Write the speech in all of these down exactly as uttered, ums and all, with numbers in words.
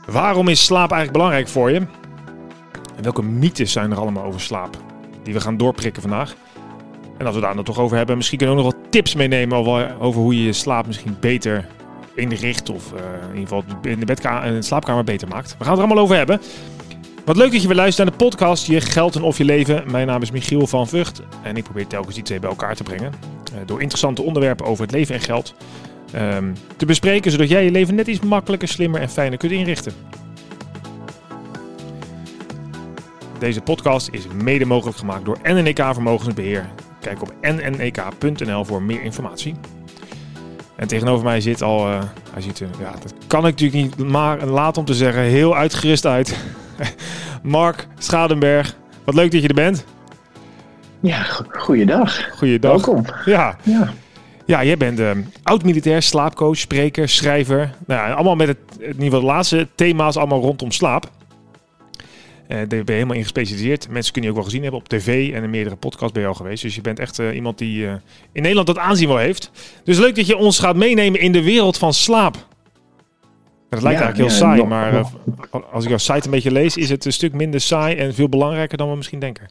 Waarom is slaap eigenlijk belangrijk voor je? En welke mythes zijn er allemaal over slaap? Die we gaan doorprikken vandaag. En als we daar dan toch over hebben, misschien kunnen we ook nog wat tips meenemen over, over hoe je je slaap misschien beter inricht. Of uh, in ieder geval in de, bedka- in de slaapkamer beter maakt. We gaan het er allemaal over hebben. Wat leuk dat je weer luistert naar de podcast Je Geld en Of Je Leven. Mijn naam is Michiel van Vught. En ik probeer telkens die twee bij elkaar te brengen. Uh, door interessante onderwerpen over het leven en geld um, te bespreken. Zodat jij je leven net iets makkelijker, slimmer en fijner kunt inrichten. Deze podcast is mede mogelijk gemaakt door N N E K Vermogensbeheer. Kijk op n n e k punt n l voor meer informatie. En tegenover mij zit al, uh, hij ziet er, ja, dat kan ik natuurlijk niet maar laten om te zeggen, heel uitgerust uit. Mark Schadenberg, wat leuk dat je er bent. Ja, go- goeiedag. Goeiedag. Welkom. Ja, ja. ja jij bent uh, oud-militair, slaapcoach, spreker, schrijver. Nou ja, allemaal met het, in ieder geval de laatste thema's allemaal rondom slaap. Uh, daar ben je helemaal in gespecialiseerd. Mensen kunnen je ook wel gezien hebben op tv en in meerdere podcasts ben je al geweest. Dus je bent echt uh, iemand die uh, in Nederland dat aanzien wel heeft. Dus leuk dat je ons gaat meenemen in de wereld van slaap. Dat lijkt ja, eigenlijk heel ja, saai, nog, maar nog. Uh, als ik jouw site een beetje lees, is het een stuk minder saai en veel belangrijker dan we misschien denken.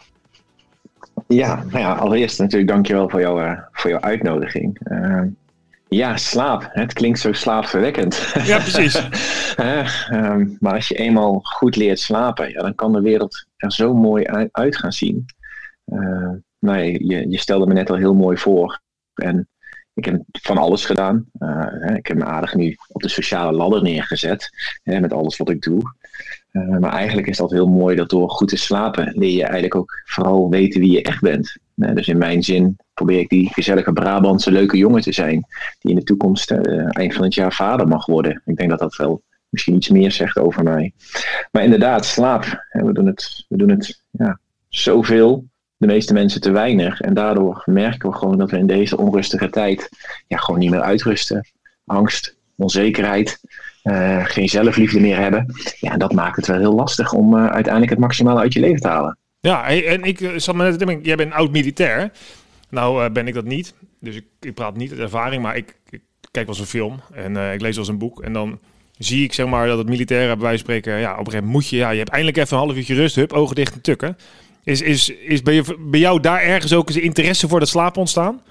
Ja, nou ja, allereerst natuurlijk dankjewel voor, jou, uh, voor jouw uitnodiging. Uh, ja, slaap. Het klinkt zo slaapverwekkend. Ja, precies. uh, um, maar als je eenmaal goed leert slapen, ja, dan kan de wereld er zo mooi uit, uit gaan zien. Uh, nou, je, je stelde me net al heel mooi voor. En ik heb van alles gedaan. Uh, ik heb me aardig nu op de sociale ladder neergezet. Hè, met alles wat ik doe. Uh, maar eigenlijk is dat heel mooi dat door goed te slapen leer je eigenlijk ook vooral weten wie je echt bent. Uh, dus in mijn zin probeer ik die gezellige Brabantse leuke jongen te zijn. Die in de toekomst uh, eind van het jaar vader mag worden. Ik denk dat dat wel misschien iets meer zegt over mij. Maar inderdaad, slaap. Hè, we doen het, we doen het ja, zoveel. De meeste mensen te weinig. En daardoor merken we gewoon dat we in deze onrustige tijd ja, gewoon niet meer uitrusten. Angst, onzekerheid, uh, geen zelfliefde meer hebben. Ja, en dat maakt het wel heel lastig om uh, uiteindelijk het maximale uit je leven te halen. Ja, en ik uh, zat me net te denken, jij bent oud-militair. Nou uh, ben ik dat niet. Dus ik, ik praat niet uit ervaring, maar ik, ik kijk wel eens een film. En uh, ik lees wel eens een boek. En dan zie ik zeg maar dat het militair bij wijze van spreken, ja, op een gegeven moment moet je, ja, je hebt eindelijk even een half uurtje rust, hup, ogen dicht en tukken. Is, is, is bij, je, bij jou daar ergens ook eens interesse voor dat slapen ontstaan?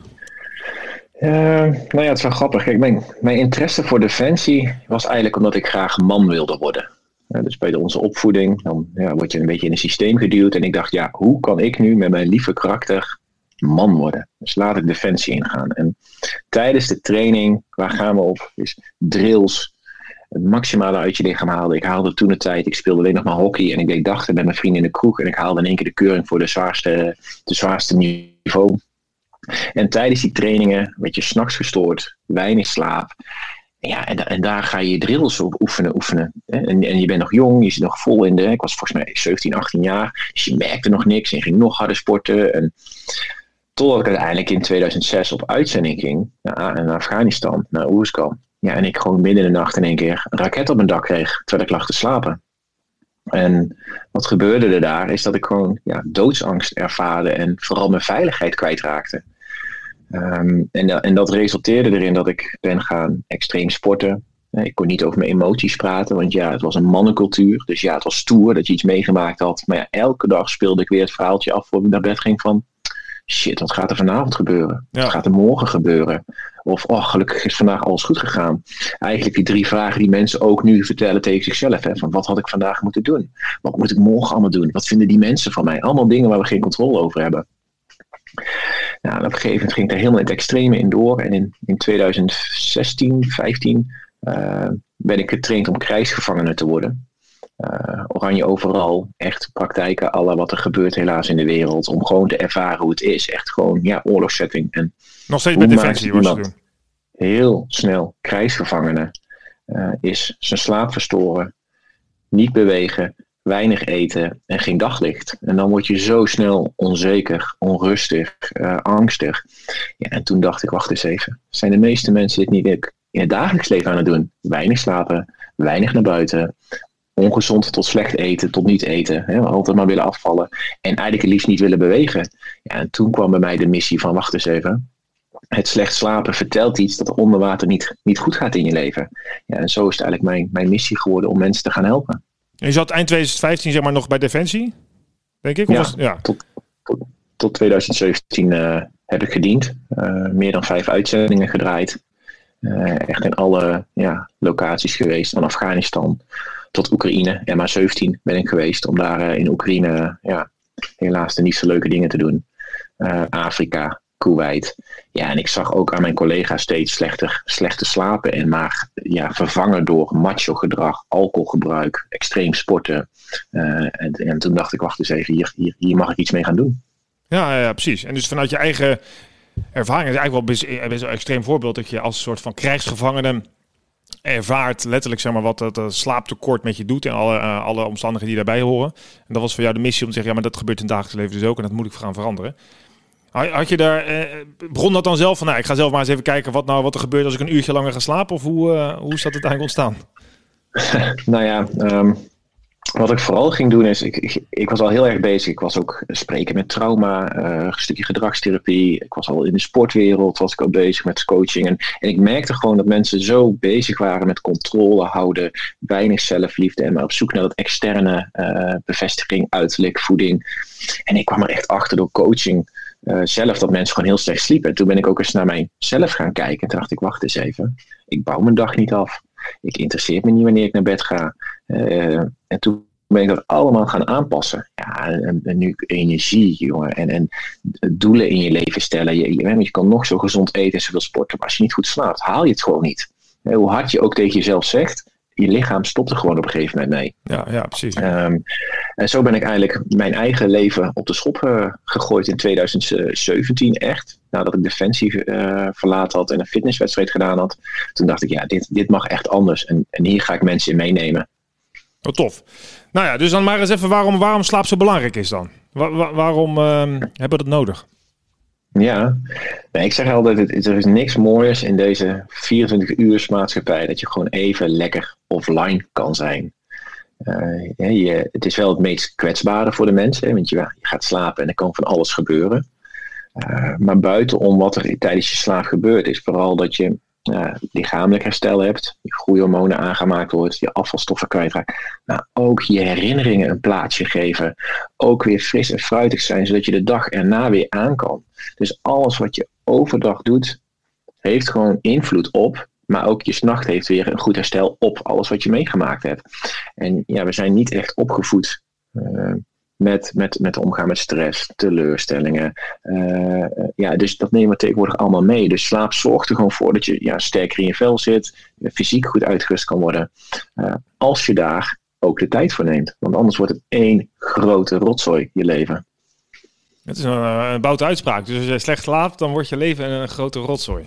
Uh, nou ja, het is wel grappig. Kijk, mijn, mijn interesse voor defensie was eigenlijk omdat ik graag man wilde worden. Uh, dus bij de, onze opvoeding, dan ja, word je een beetje in een systeem geduwd. En ik dacht, ja, hoe kan ik nu met mijn lieve karakter man worden? Dus laat ik defensie ingaan. En tijdens de training, waar gaan we op? Is drills. Het maximale uit je lichaam haalde. Ik haalde toen de tijd, ik speelde alleen nog maar hockey en ik deed dachten met mijn vrienden in de kroeg en ik haalde in één keer de keuring voor de zwaarste, de zwaarste niveau. En tijdens die trainingen werd je 's nachts gestoord, weinig slaap. Ja, en, en daar ga je drills op oefenen, oefenen. En, en je bent nog jong, je zit nog vol in de, ik was volgens mij zeventien, achttien jaar, dus je merkte nog niks en je ging nog harder sporten. En totdat ik uiteindelijk in tweeduizend zes op uitzending ging naar, naar Afghanistan, naar Oeruzkan. Ja, en ik gewoon midden in de nacht in één keer een raket op mijn dak kreeg, terwijl ik lag te slapen. En wat gebeurde er daar, is dat ik gewoon ja, doodsangst ervaarde en vooral mijn veiligheid kwijtraakte. Um, en, en dat resulteerde erin dat ik ben gaan extreem sporten. Ik kon niet over mijn emoties praten, want ja, het was een mannencultuur. Dus ja, het was stoer dat je iets meegemaakt had. Maar ja, elke dag speelde ik weer het verhaaltje af voor ik naar bed ging van shit, wat gaat er vanavond gebeuren? Ja. Wat gaat er morgen gebeuren? Of, oh, gelukkig is vandaag alles goed gegaan. Eigenlijk die drie vragen die mensen ook nu vertellen tegen zichzelf. Hè? Van wat had ik vandaag moeten doen? Wat moet ik morgen allemaal doen? Wat vinden die mensen van mij? Allemaal dingen waar we geen controle over hebben. Nou, en op een gegeven moment ging ik daar helemaal in het extreme in door. En in, in tweeduizend zestien, vijftien uh, ben ik getraind om krijgsgevangene te worden. Uh, oranje overal, echt praktijken alle wat er gebeurt helaas in de wereld, om gewoon te ervaren hoe het is. Echt gewoon, ja, oorlogssetting. En nog steeds met defensie was het doen. Heel snel krijgsgevangene uh, is zijn slaap verstoren, niet bewegen, weinig eten en geen daglicht. En dan word je zo snel onzeker, onrustig, uh, angstig. Ja, en toen dacht ik, wacht eens even. Zijn de meeste mensen dit niet in het dagelijks leven aan het doen? Weinig slapen, weinig naar buiten, ongezond tot slecht eten, tot niet eten. Hè, altijd maar willen afvallen. En eigenlijk het liefst niet willen bewegen. Ja, en toen kwam bij mij de missie van, wacht eens even. het slecht slapen vertelt iets dat er onder water niet, niet goed gaat in je leven. Ja, en zo is het eigenlijk mijn, mijn missie geworden om mensen te gaan helpen. En je zat eind twintig vijftien zeg maar nog bij Defensie, denk ik? Of Ja, was, ja. Tot, tot, tot twintig zeventien uh, heb ik gediend. Uh, meer dan vijf uitzendingen gedraaid. Uh, echt in alle ja, locaties geweest. Van Afghanistan tot Oekraïne. M H zeventien ben ik geweest. Om daar uh, in Oekraïne ja, helaas de niet zo leuke dingen te doen. Uh, Afrika, Kuwait. Ja, en ik zag ook aan mijn collega's steeds slechter, slechter slapen. En maar ja, vervangen door macho gedrag, alcoholgebruik, extreem sporten. Uh, en, en toen dacht ik, wacht eens even, hier, hier, hier mag ik iets mee gaan doen. Ja, ja, precies. En dus vanuit je eigen ervaring is eigenlijk wel best, best een extreem voorbeeld dat je als soort van krijgsgevangene ervaart letterlijk zeg maar wat dat uh, slaaptekort met je doet en alle, uh, alle omstandigheden die daarbij horen. En dat was voor jou de missie om te zeggen, ja, maar dat gebeurt in het dagelijks leven dus ook en dat moet ik gaan veranderen. Had je daar, eh, begon dat dan zelf van, nou, ik ga zelf maar eens even kijken wat nou wat er gebeurt als ik een uurtje langer ga slapen? Of hoe, uh, hoe is dat uiteindelijk ontstaan? Nou ja, um, wat ik vooral ging doen is, ik, ik, ik was al heel erg bezig. Ik was ook spreken met trauma, uh, een stukje gedragstherapie. Ik was al in de sportwereld, was ik al bezig met coaching. En, en ik merkte gewoon dat mensen zo bezig waren met controle houden, weinig zelfliefde en maar op zoek naar dat externe uh, bevestiging, uiterlijk, voeding. En ik kwam er echt achter door coaching uh, zelf dat mensen gewoon heel slecht sliepen. En toen ben ik ook eens naar mijzelf gaan kijken. En toen dacht ik, wacht eens even, ik bouw mijn dag niet af. Ik interesseert me niet wanneer ik naar bed ga. Uh, en toen ben ik dat allemaal gaan aanpassen. Ja, en, en nu energie, jongen. En, en doelen in je leven stellen. Je, je, je kan nog zo gezond eten en zoveel sporten. Maar als je niet goed slaapt, haal je het gewoon niet. Uh, hoe hard je ook tegen jezelf zegt, je lichaam stopt er gewoon op een gegeven moment mee. Ja, ja precies. Um, en zo ben ik eigenlijk mijn eigen leven op de schop uh, gegooid in twintig zeventien echt. Nadat ik Defensie uh, verlaten had en een fitnesswedstrijd gedaan had. Toen dacht ik, ja, dit, dit mag echt anders. En, en hier ga ik mensen in meenemen. Oh, tof. Nou ja, dus dan maar eens even waarom, waarom slaap zo belangrijk is dan. Wa- wa- waarom uh, hebben we dat nodig? Ja, nee, ik zeg altijd, het, er is niks mooiers in deze vierentwintig uur maatschappij dat je gewoon even lekker offline kan zijn. Uh, ja, je, het is wel het meest kwetsbare voor de mensen, hè, want je, je gaat slapen en er kan van alles gebeuren. Uh, maar buitenom wat er tijdens je slaap gebeurt, is vooral dat je uh, lichamelijk herstel hebt, je groeihormonen aangemaakt wordt, je afvalstoffen kwijtraakt. Maar ook je herinneringen een plaatsje geven. Ook weer fris en fruitig zijn, zodat je de dag erna weer aan kan. Dus alles wat je overdag doet, heeft gewoon invloed op. Maar ook je 's nacht heeft weer een goed herstel op alles wat je meegemaakt hebt. En ja, we zijn niet echt opgevoed uh, met, met, met omgaan met stress, teleurstellingen. Uh, ja, dus dat nemen we tegenwoordig allemaal mee. Dus slaap zorgt er gewoon voor dat je ja, sterker in je vel zit. Fysiek goed uitgerust kan worden. Uh, als je daar ook de tijd voor neemt. Want anders wordt het één grote rotzooi, je leven. Het is een, een boute uitspraak. Dus als je slecht slaapt, dan wordt je leven een grote rotzooi.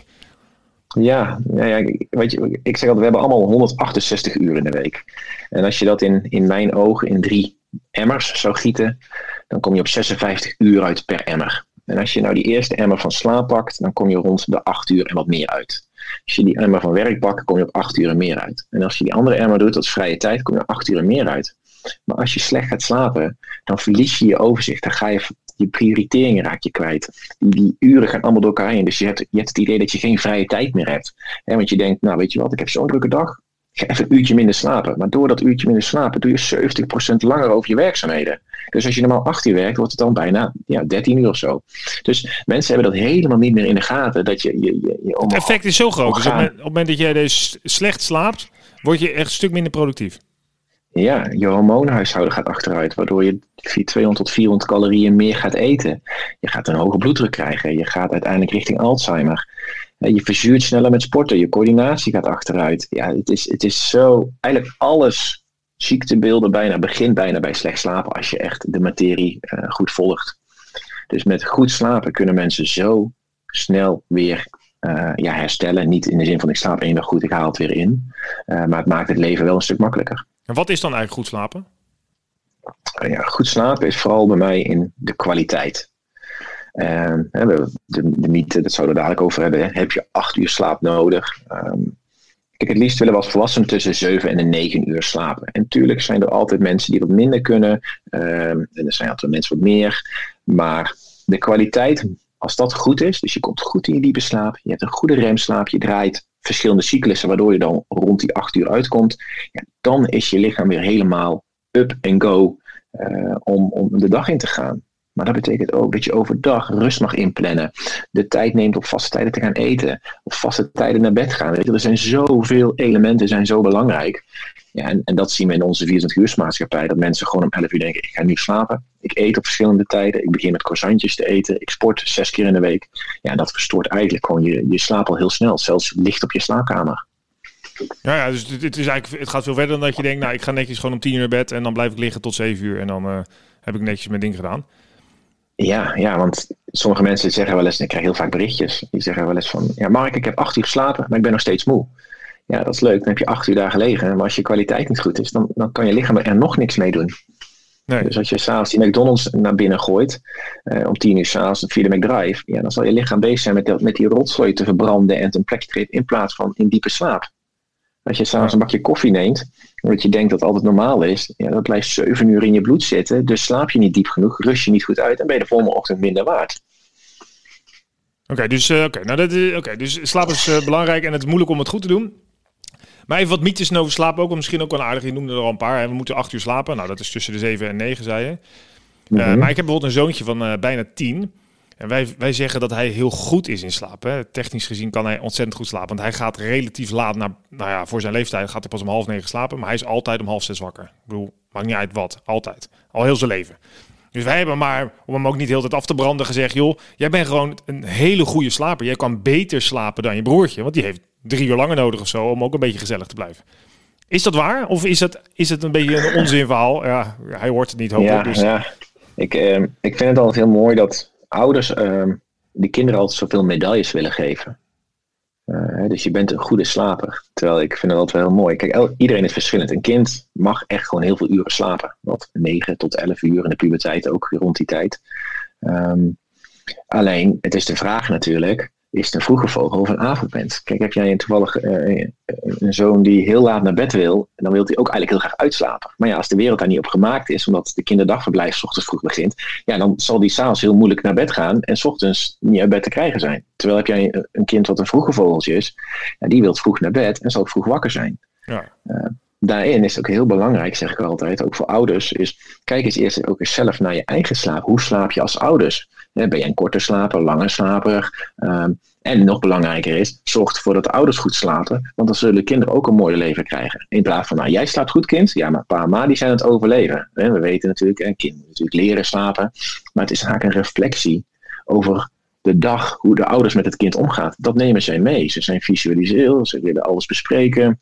Ja, ja, ja weet je, ik zeg altijd, we hebben allemaal honderdachtenzestig uur in de week. En als je dat in, in mijn ogen in drie emmers zou gieten, dan kom je op zesenvijftig uur uit per emmer. En als je nou die eerste emmer van slaap pakt, dan kom je rond de acht uur en wat meer uit. Als je die emmer van werk pakt, kom je op acht uur en meer uit. En als je die andere emmer doet, dat is vrije tijd, kom je op acht uur en meer uit. Maar als je slecht gaat slapen, dan verlies je je overzicht. Dan ga je, je prioriteringen raak je kwijt. Die, die uren gaan allemaal door elkaar heen. Dus je hebt, je hebt het idee dat je geen vrije tijd meer hebt. He, want je denkt, nou weet je wat, ik heb zo'n drukke dag. Ik ga even een uurtje minder slapen. Maar door dat uurtje minder slapen doe je zeventig procent langer over je werkzaamheden. Dus als je normaal acht uur werkt, wordt het dan bijna ja, dertien uur of zo. Dus mensen hebben dat helemaal niet meer in de gaten. Dat je, je, je, je het effect is zo groot. Dus op het moment dat jij dus slecht slaapt, word je echt een stuk minder productief. Ja, je hormoonhuishouden gaat achteruit, waardoor je tweehonderd tot vierhonderd calorieën meer gaat eten. Je gaat een hoge bloeddruk krijgen. Je gaat uiteindelijk richting Alzheimer. Je verzuurt sneller met sporten. Je coördinatie gaat achteruit. Ja, het is, het is zo... Eigenlijk alles, ziektebeelden bijna, begint bijna bij slecht slapen als je echt de materie uh, goed volgt. Dus met goed slapen kunnen mensen zo snel weer uh, ja, herstellen. Niet in de zin van ik slaap één dag goed, ik haal het weer in. Uh, maar het maakt het leven wel een stuk makkelijker. En wat is dan eigenlijk goed slapen? Ja, goed slapen is vooral bij mij in de kwaliteit. Uh, de, de mythe, dat zouden we dadelijk over hebben. Hè. Heb je acht uur slaap nodig? Um, kijk, het liefst willen we als volwassenen tussen zeven en de negen uur slapen. En natuurlijk zijn er altijd mensen die wat minder kunnen. Uh, en er zijn altijd mensen wat meer. Maar de kwaliteit als dat goed is, dus je komt goed in je diepe slaap, je hebt een goede remslaap, je draait verschillende cyclussen waardoor je dan rond die acht uur uitkomt, ja, dan is je lichaam weer helemaal up and go uh, om, om de dag in te gaan. Maar dat betekent ook dat je overdag rust mag inplannen. De tijd neemt om vaste tijden te gaan eten. Of vaste tijden naar bed gaan. Weet je, er zijn zoveel elementen, zijn zo belangrijk. Ja, en, en dat zien we in onze vierentwintig uursmaatschappij. Dat mensen gewoon om elf uur denken, ik ga nu slapen. Ik eet op verschillende tijden. Ik begin met croissantjes te eten. Ik sport zes keer in de week. Ja, en dat verstoort eigenlijk gewoon je, je slaap al heel snel. Zelfs licht op je slaapkamer. Ja, ja, dus het, is eigenlijk, het gaat veel verder dan dat je denkt, nou, ik ga netjes gewoon om tien uur naar bed en dan blijf ik liggen tot zeven uur. En dan uh, heb ik netjes mijn ding gedaan. Ja, ja, want sommige mensen zeggen wel eens, en ik krijg heel vaak berichtjes, die zeggen wel eens van, ja Mark, ik heb acht uur geslapen, maar ik ben nog steeds moe. Ja, dat is leuk, dan heb je acht uur daar gelegen, maar als je kwaliteit niet goed is, dan, dan kan je lichaam er nog niks mee doen. Nee. Dus als je s'avonds die McDonald's naar binnen gooit, uh, om tien uur s'avonds via de McDrive, ja, dan zal je lichaam bezig zijn met, de, met die rotzooi te verbranden en te een plekje treedt in plaats van in diepe slaap. Als je s'avonds een bakje koffie neemt, omdat je denkt dat het altijd normaal is, ja, dat blijft zeven uur in je bloed zitten, dus slaap je niet diep genoeg, rust je niet goed uit en ben je de volgende ochtend minder waard. Oké, okay, dus, uh, okay, nou dat is, okay, dus slaap is uh, belangrijk en het is moeilijk om het goed te doen. Maar even wat mythes over slapen ook, misschien ook wel aardig, je noemde er al een paar. Hè. We moeten acht uur slapen, nou dat is tussen de zeven en negen, zei je. Uh, mm-hmm. Maar ik heb bijvoorbeeld een zoontje van uh, bijna tien. En wij, wij zeggen dat hij heel goed is in slaap. Hè. Technisch gezien kan hij ontzettend goed slapen. Want hij gaat relatief laat, naar, nou ja, voor zijn leeftijd gaat hij pas om half negen slapen. Maar hij is altijd om half zes wakker. Ik bedoel, maakt niet uit wat. Altijd. Al heel zijn leven. Dus wij hebben maar, om hem ook niet de hele tijd af te branden, gezegd, joh, jij bent gewoon een hele goede slaper. Jij kan beter slapen dan je broertje. Want die heeft drie uur langer nodig of zo om ook een beetje gezellig te blijven. Is dat waar? Of is het, is het een beetje een onzinverhaal? Ja, hij hoort het niet, hoop ik. Ja, dus. ja. Ik, eh, ik vind het altijd heel mooi dat ouders uh, die kinderen altijd zoveel medailles willen geven. Uh, dus je bent een goede slaper. Terwijl ik vind het altijd wel heel mooi. Kijk, el- iedereen is verschillend. Een kind mag echt gewoon heel veel uren slapen. Wat negen tot elf uur in de puberteit ook rond die tijd. Um, alleen, het is de vraag natuurlijk, is het een vroege vogel of een avondmens? Kijk, heb jij een toevallig uh, een zoon die heel laat naar bed wil, dan wil hij ook eigenlijk heel graag uitslapen. Maar ja, als de wereld daar niet op gemaakt is, omdat de kinderdagverblijf 's ochtends vroeg begint, ja, dan zal die 's avonds heel moeilijk naar bed gaan en 's ochtends niet uit bed te krijgen zijn. Terwijl heb jij een kind wat een vroege vogeltje is, ja, die wil vroeg naar bed en zal vroeg wakker zijn. Ja. Uh, Daarin is het ook heel belangrijk, zeg ik altijd, ook voor ouders, is kijk eens eerst ook eens zelf naar je eigen slaap. Hoe slaap je als ouders? Ben je een korte slaper, lange slaper? Um, en nog belangrijker is, zorg ervoor dat de ouders goed slapen, want dan zullen de kinderen ook een mooi leven krijgen. In plaats van, nou, jij slaapt goed, kind? Ja, maar pa en ma die zijn aan het overleven. We weten natuurlijk, en kinderen natuurlijk leren slapen, maar het is eigenlijk een reflectie over de dag, hoe de ouders met het kind omgaan. Dat nemen zij mee. Ze zijn visualiseren, ze willen alles bespreken.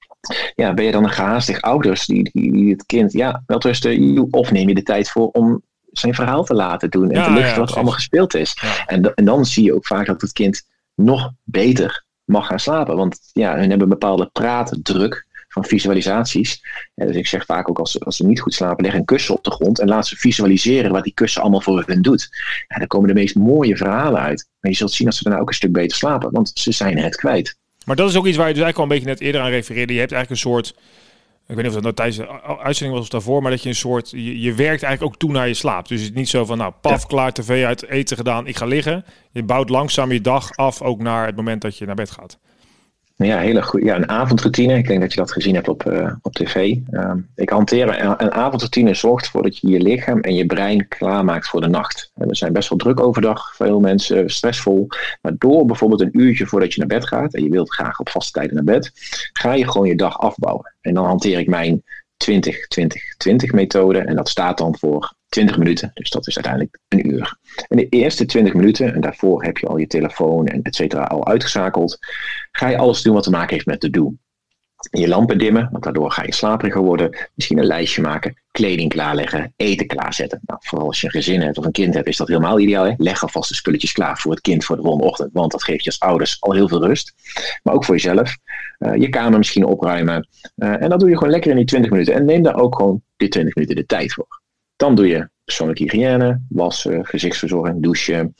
Ja, ben je dan een gehaastig ouders die, die, die het kind, ja, wel rusten, of neem je de tijd voor om zijn verhaal te laten doen en ja, te lichten ja, wat er allemaal gespeeld is. Ja. En, d- en dan zie je ook vaak dat het kind nog beter mag gaan slapen. Want ja, hun hebben een bepaalde praatdruk van visualisaties. Ja, dus ik zeg vaak ook als, als ze niet goed slapen, leg een kussen op de grond en laat ze visualiseren wat die kussen allemaal voor hen doet. Ja, dan komen de meest mooie verhalen uit. Maar je zult zien dat ze daarna ook een stuk beter slapen, want ze zijn het kwijt. Maar dat is ook iets waar je dus eigenlijk al een beetje net eerder aan refereerde. Je hebt eigenlijk een soort, ik weet niet of dat nou tijdens de uitzending was of daarvoor, maar dat je een soort, je, je werkt eigenlijk ook toe naar je slaap. Dus het is niet zo van, nou, paf, ja. klaar, tv uit, eten gedaan, ik ga liggen. Je bouwt langzaam je dag af, ook naar het moment dat je naar bed gaat. Ja, hele goed. Ja, een avondroutine. Ik denk dat je dat gezien hebt op, uh, op tv. Um, ik hanteer een, een avondroutine zorgt ervoor dat je je lichaam en je brein klaarmaakt voor de nacht. En we zijn best wel druk overdag, veel mensen stressvol. Maar door bijvoorbeeld een uurtje voordat je naar bed gaat, en je wilt graag op vaste tijden naar bed, ga je gewoon je dag afbouwen. En dan hanteer ik mijn twintig twintig twintig methode. En dat staat dan voor twintig minuten. Dus dat is uiteindelijk een uur. En de eerste twintig minuten, en daarvoor heb je al je telefoon en et cetera al uitgeschakeld, ga je alles doen wat te maken heeft met to do. Je lampen dimmen, want daardoor ga je slaperiger worden. Misschien een lijstje maken, kleding klaarleggen, eten klaarzetten. Nou, vooral als je een gezin hebt of een kind hebt, is dat helemaal ideaal. Hè? Leg alvast de spulletjes klaar voor het kind voor de volgende ochtend, want dat geeft je als ouders al heel veel rust. Maar ook voor jezelf. Uh, je kamer misschien opruimen. Uh, en dat doe je gewoon lekker in die twintig minuten. En neem daar ook gewoon die twintig minuten de tijd voor. Dan doe je persoonlijke hygiëne, wassen, gezichtsverzorging, douchen.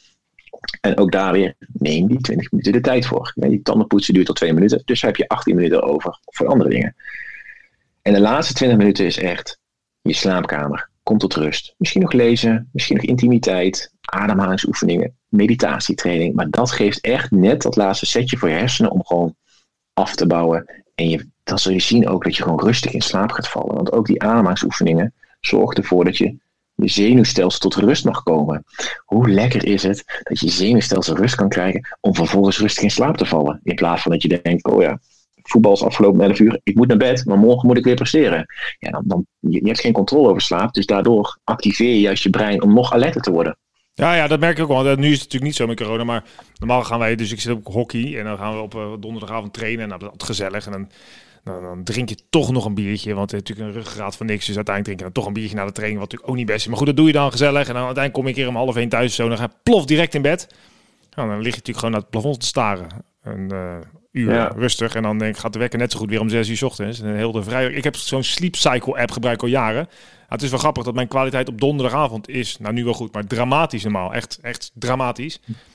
En ook daar weer, neem die twintig minuten de tijd voor. Die tandenpoetsen duurt tot twee minuten, dus heb je achttien minuten over voor andere dingen. En de laatste twintig minuten is echt je slaapkamer. Kom tot rust. Misschien nog lezen, misschien nog intimiteit, ademhalingsoefeningen. meditatietraining. Maar dat geeft echt net dat laatste setje voor je hersenen om gewoon af te bouwen. En je, dan zul je zien ook dat je gewoon rustig in slaap gaat vallen. Want ook die ademhalingsoefeningen zorgen ervoor dat je je zenuwstelsel tot rust mag komen. Hoe lekker is het dat je zenuwstelsel rust kan krijgen om vervolgens rustig in slaap te vallen. In plaats van dat je denkt, oh ja, voetbal is afgelopen elf uur, ik moet naar bed, maar morgen moet ik weer presteren. Ja, dan, dan, je, je hebt geen controle over slaap, dus daardoor activeer je juist je brein om nog alerter te worden. Ja, ja, dat merk ik ook wel. Nu is het natuurlijk niet zo met corona, maar normaal gaan wij, dus ik zit op hockey en dan gaan we op uh, donderdagavond trainen en nou, dat is altijd gezellig. En dan, dan, dan drink je toch nog een biertje, want het is natuurlijk een ruggengraat van niks. Dus uiteindelijk drink je dan toch een biertje na de training, wat natuurlijk ook niet best is. Maar goed, dat doe je dan gezellig en dan uiteindelijk kom je een keer om half één thuis zo, dan ga je plof direct in bed. Nou, dan lig je natuurlijk gewoon naar het plafond te staren. Een uh, uur ja. rustig en dan denk ik, gaat de wekker net zo goed weer om zes uur 's ochtends. En heel de vrij. Ik heb zo'n Sleep Cycle app gebruikt al jaren. Ja, het is wel grappig dat mijn kwaliteit op donderdagavond is, nou nu wel goed, maar dramatisch normaal. Echt, echt dramatisch.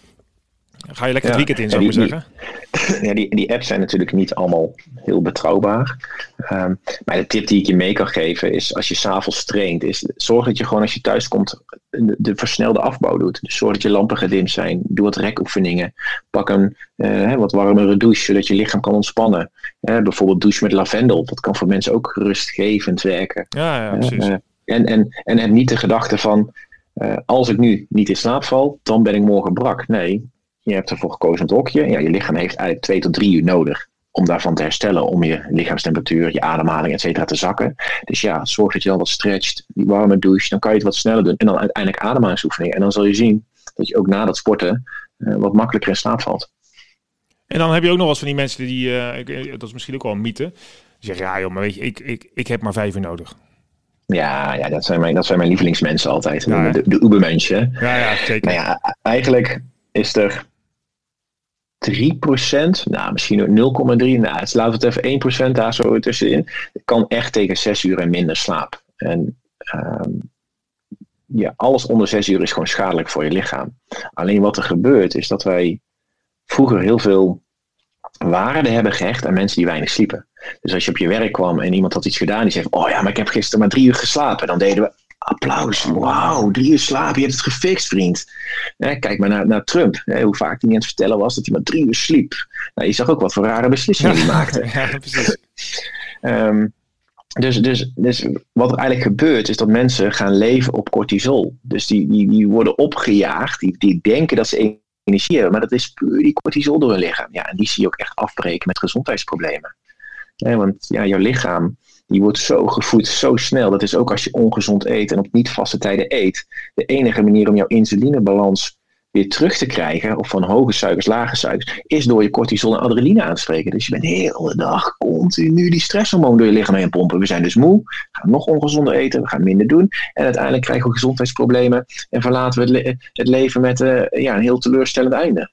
Ga je lekker ja, het weekend in, zou ik maar zeggen. Die, ja, die, die apps zijn natuurlijk niet allemaal heel betrouwbaar. Um, maar de tip die ik je mee kan geven is, als je 's avonds traint, is zorg dat je gewoon als je thuis komt de, de versnelde afbouw doet. Dus zorg dat je lampen gedimd zijn. Doe wat rekoefeningen. Pak een uh, wat warmere douche, zodat je lichaam kan ontspannen. Uh, bijvoorbeeld douche met lavendel. Dat kan voor mensen ook rustgevend werken. Ja, ja, precies. Uh, uh, en, en, en heb niet de gedachte van, uh, als ik nu niet in slaap val, dan ben ik morgen brak. Nee. Je hebt ervoor gekozen het hokje. Ja, je lichaam heeft eigenlijk twee tot drie uur nodig om daarvan te herstellen. Om je lichaamstemperatuur, je ademhaling, et cetera te zakken. Dus ja, zorg dat je dan wat stretcht. Die warme douche, dan kan je het wat sneller doen. En dan uiteindelijk ademhalingsoefeningen. En dan zul je zien dat je ook na dat sporten uh, wat makkelijker in slaap valt. En dan heb je ook nog wat van die mensen die, uh, dat is misschien ook wel een mythe. Die zeggen, ja joh, maar weet je, ik, ik, ik heb maar vijf uur nodig. Ja, ja dat, zijn mijn, dat zijn mijn lievelingsmensen altijd. Ja, de de ubermensen. Ja, ja, zeker. Nou ja, eigenlijk is er drie procent, nou misschien nul komma drie, nou, laten we het even één procent daar zo tussenin. Het kan echt tegen zes uur en minder slaap. En um, ja, alles onder zes uur is gewoon schadelijk voor je lichaam. Alleen wat er gebeurt is dat wij vroeger heel veel waarde hebben gehecht aan mensen die weinig sliepen. Dus als je op je werk kwam en iemand had iets gedaan die zegt, oh ja, maar ik heb gisteren maar drie uur geslapen. Dan deden we applaus. Wauw, drie uur slaap, je hebt het gefixt, vriend. Ja, kijk maar naar, naar Trump. Ja, hoe vaak hij niet aan het vertellen was dat hij maar drie uur sliep. Nou, je zag ook wat voor rare beslissingen hij maakte. Ja, precies. um, dus, dus, dus wat er eigenlijk gebeurt is dat mensen gaan leven op cortisol. Dus die, die, die worden opgejaagd. Die, die denken dat ze energie hebben. Maar dat is puur die cortisol door hun lichaam. Ja, en die zie je ook echt afbreken met gezondheidsproblemen. Ja, want ja, jouw lichaam die wordt zo gevoed, zo snel. Dat is ook als je ongezond eet en op niet vaste tijden eet. De enige manier om jouw insulinebalans weer terug te krijgen, of van hoge suikers, lage suikers, is door je cortisol en adrenaline aan te spreken. Dus je bent de hele dag continu die stresshormoon door je lichaam heen pompen. We zijn dus moe, gaan nog ongezonder eten, we gaan minder doen. En uiteindelijk krijgen we gezondheidsproblemen en verlaten we het, le- het leven met uh, ja, een heel teleurstellend einde.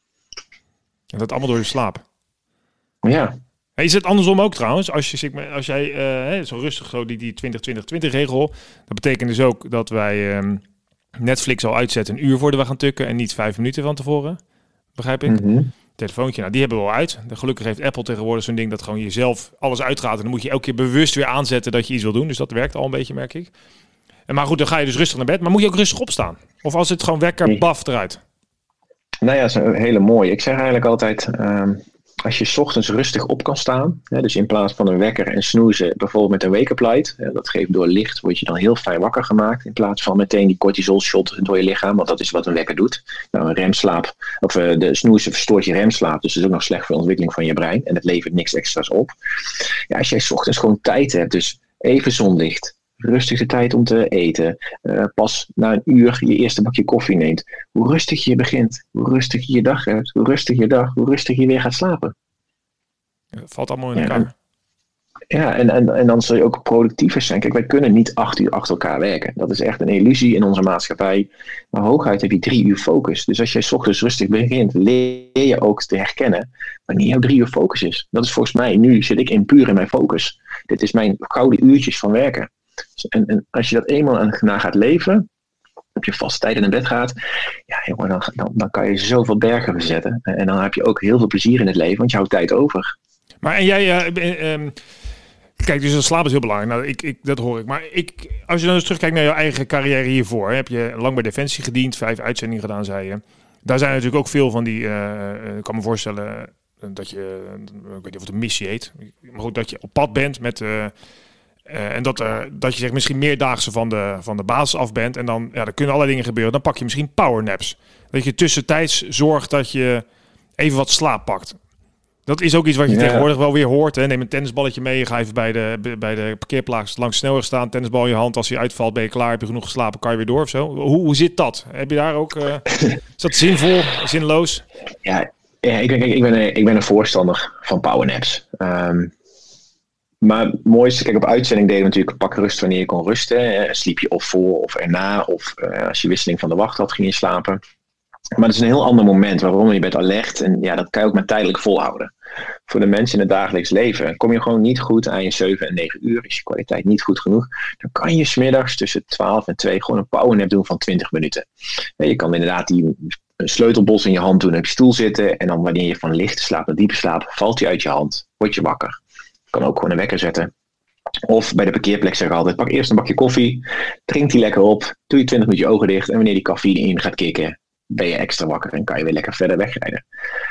En dat allemaal door je slaap. Ja. Is het andersom ook trouwens? Als, je, als jij uh, zo rustig zo die, die twintig twintig twintig regel, dat betekent dus ook dat wij um, Netflix al uitzetten een uur voordat we gaan tukken en niet vijf minuten van tevoren. Begrijp ik? Mm-hmm. Telefoontje, nou die hebben we al uit. Gelukkig heeft Apple tegenwoordig zo'n ding dat gewoon jezelf alles uitgaat en dan moet je elke keer bewust weer aanzetten dat je iets wil doen. Dus dat werkt al een beetje, merk ik. En maar goed, dan ga je dus rustig naar bed, maar moet je ook rustig opstaan? Of als het gewoon wekker, nee. Baf eruit? Nou ja, dat is een hele mooie. Ik zeg eigenlijk altijd, Um... als je 's ochtends rustig op kan staan, hè, dus in plaats van een wekker en snoezen, bijvoorbeeld met een wake-up light, hè, dat geeft door licht, word je dan heel fijn wakker gemaakt, in plaats van meteen die cortisol shot door je lichaam, want dat is wat een wekker doet. Nou, een remslaap, of uh, de snoezen verstoort je remslaap, dus dat is ook nog slecht voor de ontwikkeling van je brein, en het levert niks extra's op. Ja, als jij 's ochtends gewoon tijd hebt, dus even zonlicht, rustig de tijd om te eten, uh, pas na een uur je eerste bakje koffie neemt. Hoe rustig je begint, hoe rustig je je dag hebt, hoe rustig je dag, hoe rustig je weer gaat slapen. Het valt allemaal in elkaar. Ja, ja en, en, en dan zul je ook productiever zijn. Kijk, wij kunnen niet acht uur achter elkaar werken. Dat is echt een illusie in onze maatschappij. Maar hooguit heb je drie uur focus. Dus als jij 's ochtends rustig begint, leer je ook te herkennen wanneer jouw drie uur focus is. Dat is volgens mij, nu zit ik in puur in mijn focus. Dit is mijn gouden uurtjes van werken. En, en als je dat eenmaal na gaat leven, op je vaste tijd in bed gaat, ja jongen, dan, dan, dan kan je zoveel bergen verzetten. En dan heb je ook heel veel plezier in het leven, want je houdt tijd over. Maar en jij, uh, um, kijk, dus slaap is heel belangrijk. Nou, ik, ik, dat hoor ik. Maar ik, als je dan eens terugkijkt naar jouw eigen carrière hiervoor, hè, heb je lang bij Defensie gediend, vijf uitzendingen gedaan, zei je. daar zijn natuurlijk ook veel van die... Uh, ik kan me voorstellen dat je... Ik weet niet of het een missie heet. Maar goed, dat je op pad bent met... Uh, uh, en dat, er, dat je zeg, misschien meerdaagse van de, van de basis af bent. En dan ja, er kunnen allerlei dingen gebeuren. Dan pak je misschien powernaps. Dat je tussentijds zorgt dat je even wat slaap pakt. Dat is ook iets wat je ja. tegenwoordig wel weer hoort. Hè. Neem een tennisballetje mee. Ga even bij de, bij de parkeerplaats langs de snelweg staan. Tennisbal in je hand. Als hij uitvalt ben je klaar. Heb je genoeg geslapen. Kan je weer door of zo. Hoe, hoe zit dat? Heb je daar ook... Uh, is dat zinvol? Zinloos? Ja, ja ik, ik, ik, ben een, ik ben een voorstander van powernaps. Um, maar het mooiste... Kijk, op uitzending deden we natuurlijk pak rust wanneer je kon rusten. Uh, sliep je of voor of erna. Of uh, als je wisseling van de wacht had, ging je slapen. Maar het is een heel ander moment. Waarom? Je bent alert. En ja, dat kan je ook maar tijdelijk volhouden. Voor de mensen in het dagelijks leven. Kom je gewoon niet goed aan je zeven en negen uur. Is je kwaliteit niet goed genoeg. Dan kan je 's middags tussen twaalf en twee gewoon een powernap doen van twintig minuten. Ja, je kan inderdaad die een sleutelbos in je hand doen op je stoel zitten. En dan wanneer je van lichte slaap naar diepe slaap valt je uit je hand. Word je wakker. Je kan ook gewoon een wekker zetten. Of bij de parkeerplek zeg ik altijd. Pak eerst een bakje koffie. Drink die lekker op. Doe je twintig minuten je ogen dicht. En wanneer die cafeïne in gaat kicken. Ben je extra wakker. En kan je weer lekker verder wegrijden.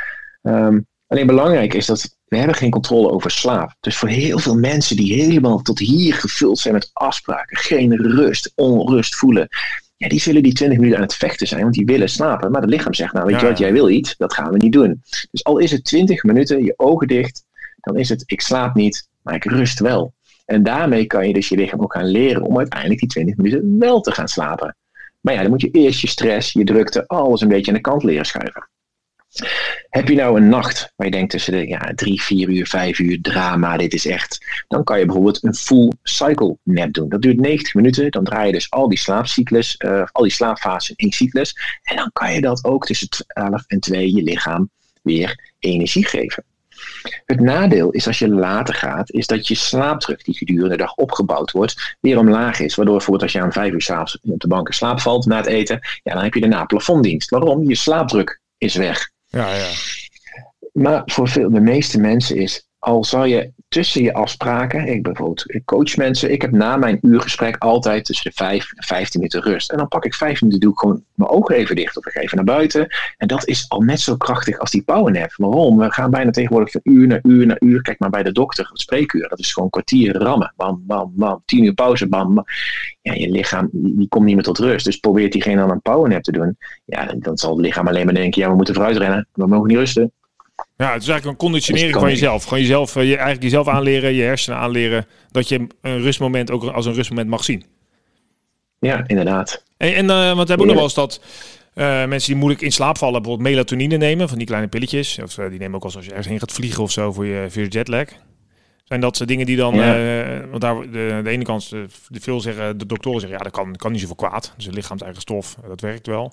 Um, Alleen belangrijk is dat we hebben geen controle over slaap. Dus voor heel veel mensen die helemaal tot hier gevuld zijn met afspraken, geen rust, onrust voelen, ja, die zullen die twintig minuten aan het vechten zijn, want die willen slapen. Maar het lichaam zegt, nou weet je ja, wat, jij wil iets, dat gaan we niet doen. Dus al is het twintig minuten, je ogen dicht, dan is het, ik slaap niet, maar ik rust wel. En daarmee kan je dus je lichaam ook gaan leren om uiteindelijk die twintig minuten wel te gaan slapen. Maar ja, dan moet je eerst je stress, je drukte, alles een beetje aan de kant leren schuiven. Heb je nou een nacht waar je denkt tussen de ja, drie, vier uur, vijf uur, drama, dit is echt. Dan kan je bijvoorbeeld een full cycle nap doen. Dat duurt negentig minuten. Dan draai je dus al die slaapcyclus, uh, al die slaapfasen in één cyclus. En dan kan je dat ook tussen twaalf en twee je lichaam weer energie geven. Het nadeel is als je later gaat, is dat je slaapdruk die gedurende de dag opgebouwd wordt, weer omlaag is. Waardoor bijvoorbeeld als je aan vijf uur 's avonds op de bank in slaap valt na het eten, ja, dan heb je daarna plafonddienst. Waarom? Je slaapdruk is weg. Ja, ja. Maar voor veel, de meeste mensen is, al zal je tussen je afspraken, ik bijvoorbeeld ik coach mensen, ik heb na mijn uurgesprek altijd tussen de vijf en vijftien minuten rust. En dan pak ik vijf minuten, doe ik gewoon mijn ogen even dicht of ik ga even naar buiten. En dat is al net zo krachtig als die powernap. Waarom? We gaan bijna tegenwoordig van uur naar uur naar uur. Kijk maar bij de dokter, het spreekuur, dat is gewoon een kwartier rammen. Bam, bam, bam, tien uur pauze, bam, bam. Ja, je lichaam die, die komt niet meer tot rust. Dus probeert diegene dan een powernap te doen. Ja, dan, dan zal het lichaam alleen maar denken, ja, we moeten vooruit rennen. We mogen niet rusten. Ja, het is eigenlijk een conditionering van jezelf. Gewoon jezelf, je, eigenlijk jezelf aanleren, je hersenen aanleren, dat je een rustmoment ook als een rustmoment mag zien. Ja, inderdaad. En, en uh, want we hebben ook nog wel eens dat uh, mensen die moeilijk in slaap vallen, bijvoorbeeld melatonine nemen, van die kleine pilletjes. Of uh, die nemen ook als als je ergens heen gaat vliegen of zo voor je, voor je jetlag. Zijn dat dingen die dan, ja. uh, want daar de, de ene kant, de, de veel zeggen, de doktoren zeggen, ja, dat kan, kan niet zoveel kwaad. Dus het lichaams-eigen stof, dat werkt wel.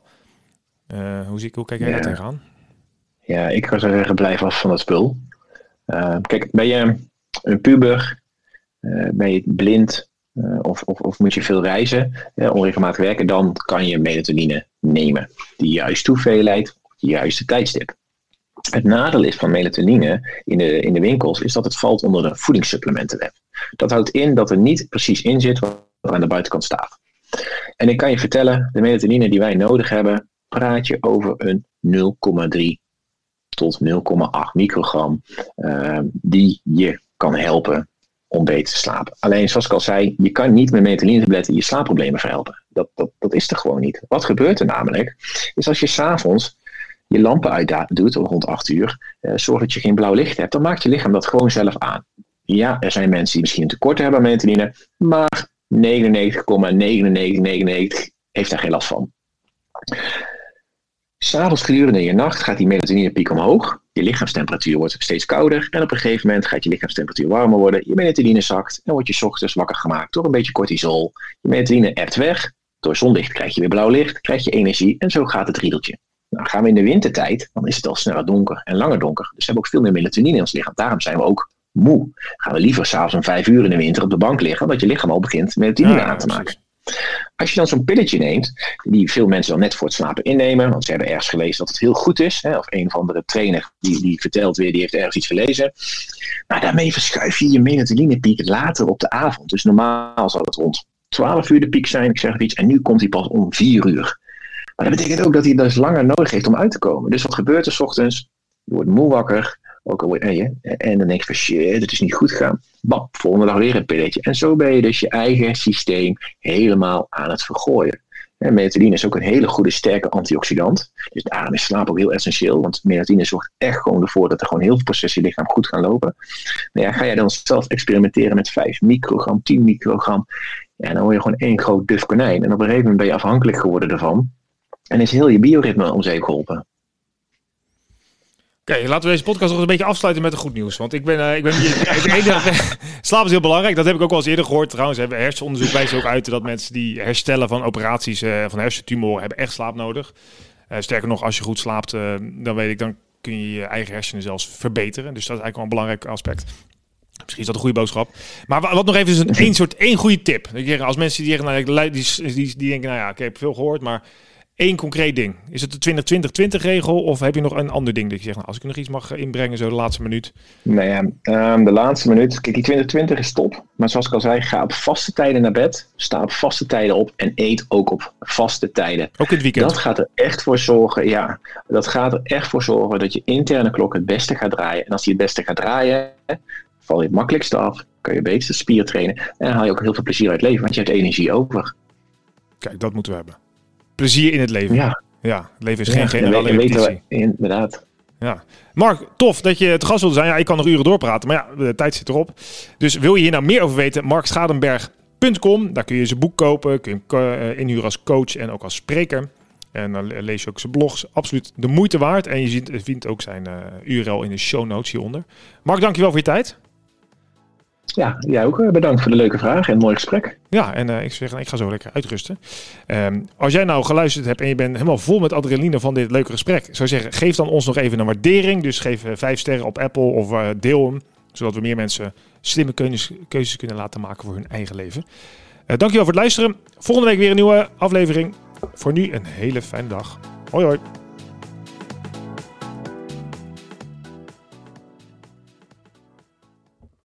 Uh, hoe, zie ik, hoe kijk jij ja. daar tegenaan? Ja, ik ga zeggen, blijf af van dat spul. Uh, kijk, ben je een puber, uh, ben je blind uh, of, of, of moet je veel reizen, uh, onregelmatig werken, dan kan je melatonine nemen. De juiste hoeveelheid, de juiste tijdstip. Het nadeel is van melatonine in de, in de winkels is dat het valt onder de voedingssupplementenwet. Dat houdt in dat er niet precies in zit wat er aan de buitenkant staat. En ik kan je vertellen, de melatonine die wij nodig hebben, praat je over een nul komma drie tot nul komma acht microgram uh, die je kan helpen om beter te slapen. Alleen zoals ik al zei, je kan niet met melatonine-tabletten je slaapproblemen verhelpen. Dat, dat, dat is er gewoon niet. Wat gebeurt er namelijk, is als je 's avonds je lampen uit doet rond acht uur, uh, zorg dat je geen blauw licht hebt, dan maakt je lichaam dat gewoon zelf aan. Ja, er zijn mensen die misschien een tekort hebben aan melatonine, maar negenennegentig komma negenennegentig negenennegentig heeft daar geen last van. 'S'avonds gedurende je nacht gaat die melatoninepiek omhoog. Je lichaamstemperatuur wordt steeds kouder. En op een gegeven moment gaat je lichaamstemperatuur warmer worden. Je melatonine zakt. En word je 's ochtends wakker gemaakt door een beetje cortisol. Je melatonine ebt weg. Door zonlicht krijg je weer blauw licht. Krijg je energie. En zo gaat het riedeltje. Nou, gaan we in de wintertijd, dan is het al sneller donker en langer donker. Dus we hebben ook veel meer melatonine in ons lichaam. Daarom zijn we ook moe. Gaan we liever 's avonds om vijf uur in de winter op de bank liggen. Omdat je lichaam al begint melatonine ja, aan te maken. Precies. Als je dan zo'n pilletje neemt, die veel mensen dan net voor het slapen innemen, want ze hebben ergens gelezen dat het heel goed is, hè, of een of andere trainer die, die vertelt weer, die heeft ergens iets gelezen. Maar daarmee verschuif je je melatoninepiek later op de avond. Dus normaal zal het rond twaalf uur de piek zijn, ik zeg het iets, en nu komt die pas om vier uur. Maar dat betekent ook dat hij dus langer nodig heeft om uit te komen. Dus wat gebeurt er 's ochtends? Je wordt moe wakker. Ook al word je, en dan denk je van shit, het is niet goed gegaan. Bam, volgende dag weer een pilletje. En zo ben je dus je eigen systeem helemaal aan het vergooien. En melatonine is ook een hele goede, sterke antioxidant. Dus daarom is slaap ook heel essentieel. Want melatonine zorgt echt gewoon ervoor dat er gewoon heel veel processen in je lichaam goed gaan lopen. Nou ja, ga jij dan zelf experimenteren met vijf microgram, tien microgram. Ja, dan word je gewoon één groot duf konijn. En op een gegeven moment ben je afhankelijk geworden ervan. En is heel je bioritme om zeep geholpen. Oké, okay, laten we deze podcast nog een beetje afsluiten met een goed nieuws. Want ik ben... Uh, ik ben slaap is heel belangrijk. Dat heb ik ook al eens eerder gehoord. Trouwens, hebben hersenonderzoek wijst ook uit dat mensen die herstellen van operaties uh, van hersentumoren hebben echt slaap nodig. Uh, sterker nog, als je goed slaapt, uh, dan weet ik, dan kun je je eigen hersenen zelfs verbeteren. Dus dat is eigenlijk wel een belangrijk aspect. Misschien is dat een goede boodschap. Maar wat nog even is een één soort één goede tip. Als mensen die, nou, die, die, die denken, nou ja, ik heb veel gehoord, maar één concreet ding. Is het de twintig twintig twintig regel of heb je nog een ander ding dat je zegt, nou, als ik nog iets mag inbrengen zo de laatste minuut? Nou ja, um, de laatste minuut. Kijk, die twintig twintig is top. Maar zoals ik al zei, ga op vaste tijden naar bed. Sta op vaste tijden op en eet ook op vaste tijden. Ook in het weekend? Dat gaat er echt voor zorgen, ja. Dat gaat er echt voor zorgen dat je interne klok het beste gaat draaien. En als die het beste gaat draaien, val je het makkelijkste af. Kan je beter spier trainen. En dan haal je ook heel veel plezier uit het leven, want je hebt energie over. Kijk, dat moeten we hebben. Plezier in het leven. Ja. Ja, het leven is geen ja, generale repetitie. Inderdaad. Ja. Mark, tof dat je te gast wilde zijn. Ja, ik kan nog uren doorpraten, maar ja, de tijd zit erop. Dus wil je hier nou meer over weten, mark schadenberg punt com. Daar kun je zijn boek kopen, kun je hem inhuren als coach en ook als spreker. En dan lees je ook zijn blogs. Absoluut de moeite waard. En je ziet, vindt ook zijn uh, U R L in de show notes hieronder. Mark, dankjewel voor je tijd. Ja, jij ook bedankt voor de leuke vragen en het mooie gesprek. Ja, en uh, ik zeg, ik ga zo lekker uitrusten. Um, als jij nou geluisterd hebt en je bent helemaal vol met adrenaline van dit leuke gesprek, zou ik zeggen, geef dan ons nog even een waardering. Dus geef uh, vijf sterren op Apple of uh, deel hem, zodat we meer mensen slimme keuzes, keuzes kunnen laten maken voor hun eigen leven. Uh, dankjewel voor het luisteren. Volgende week weer een nieuwe aflevering. Voor nu een hele fijne dag. Hoi hoi.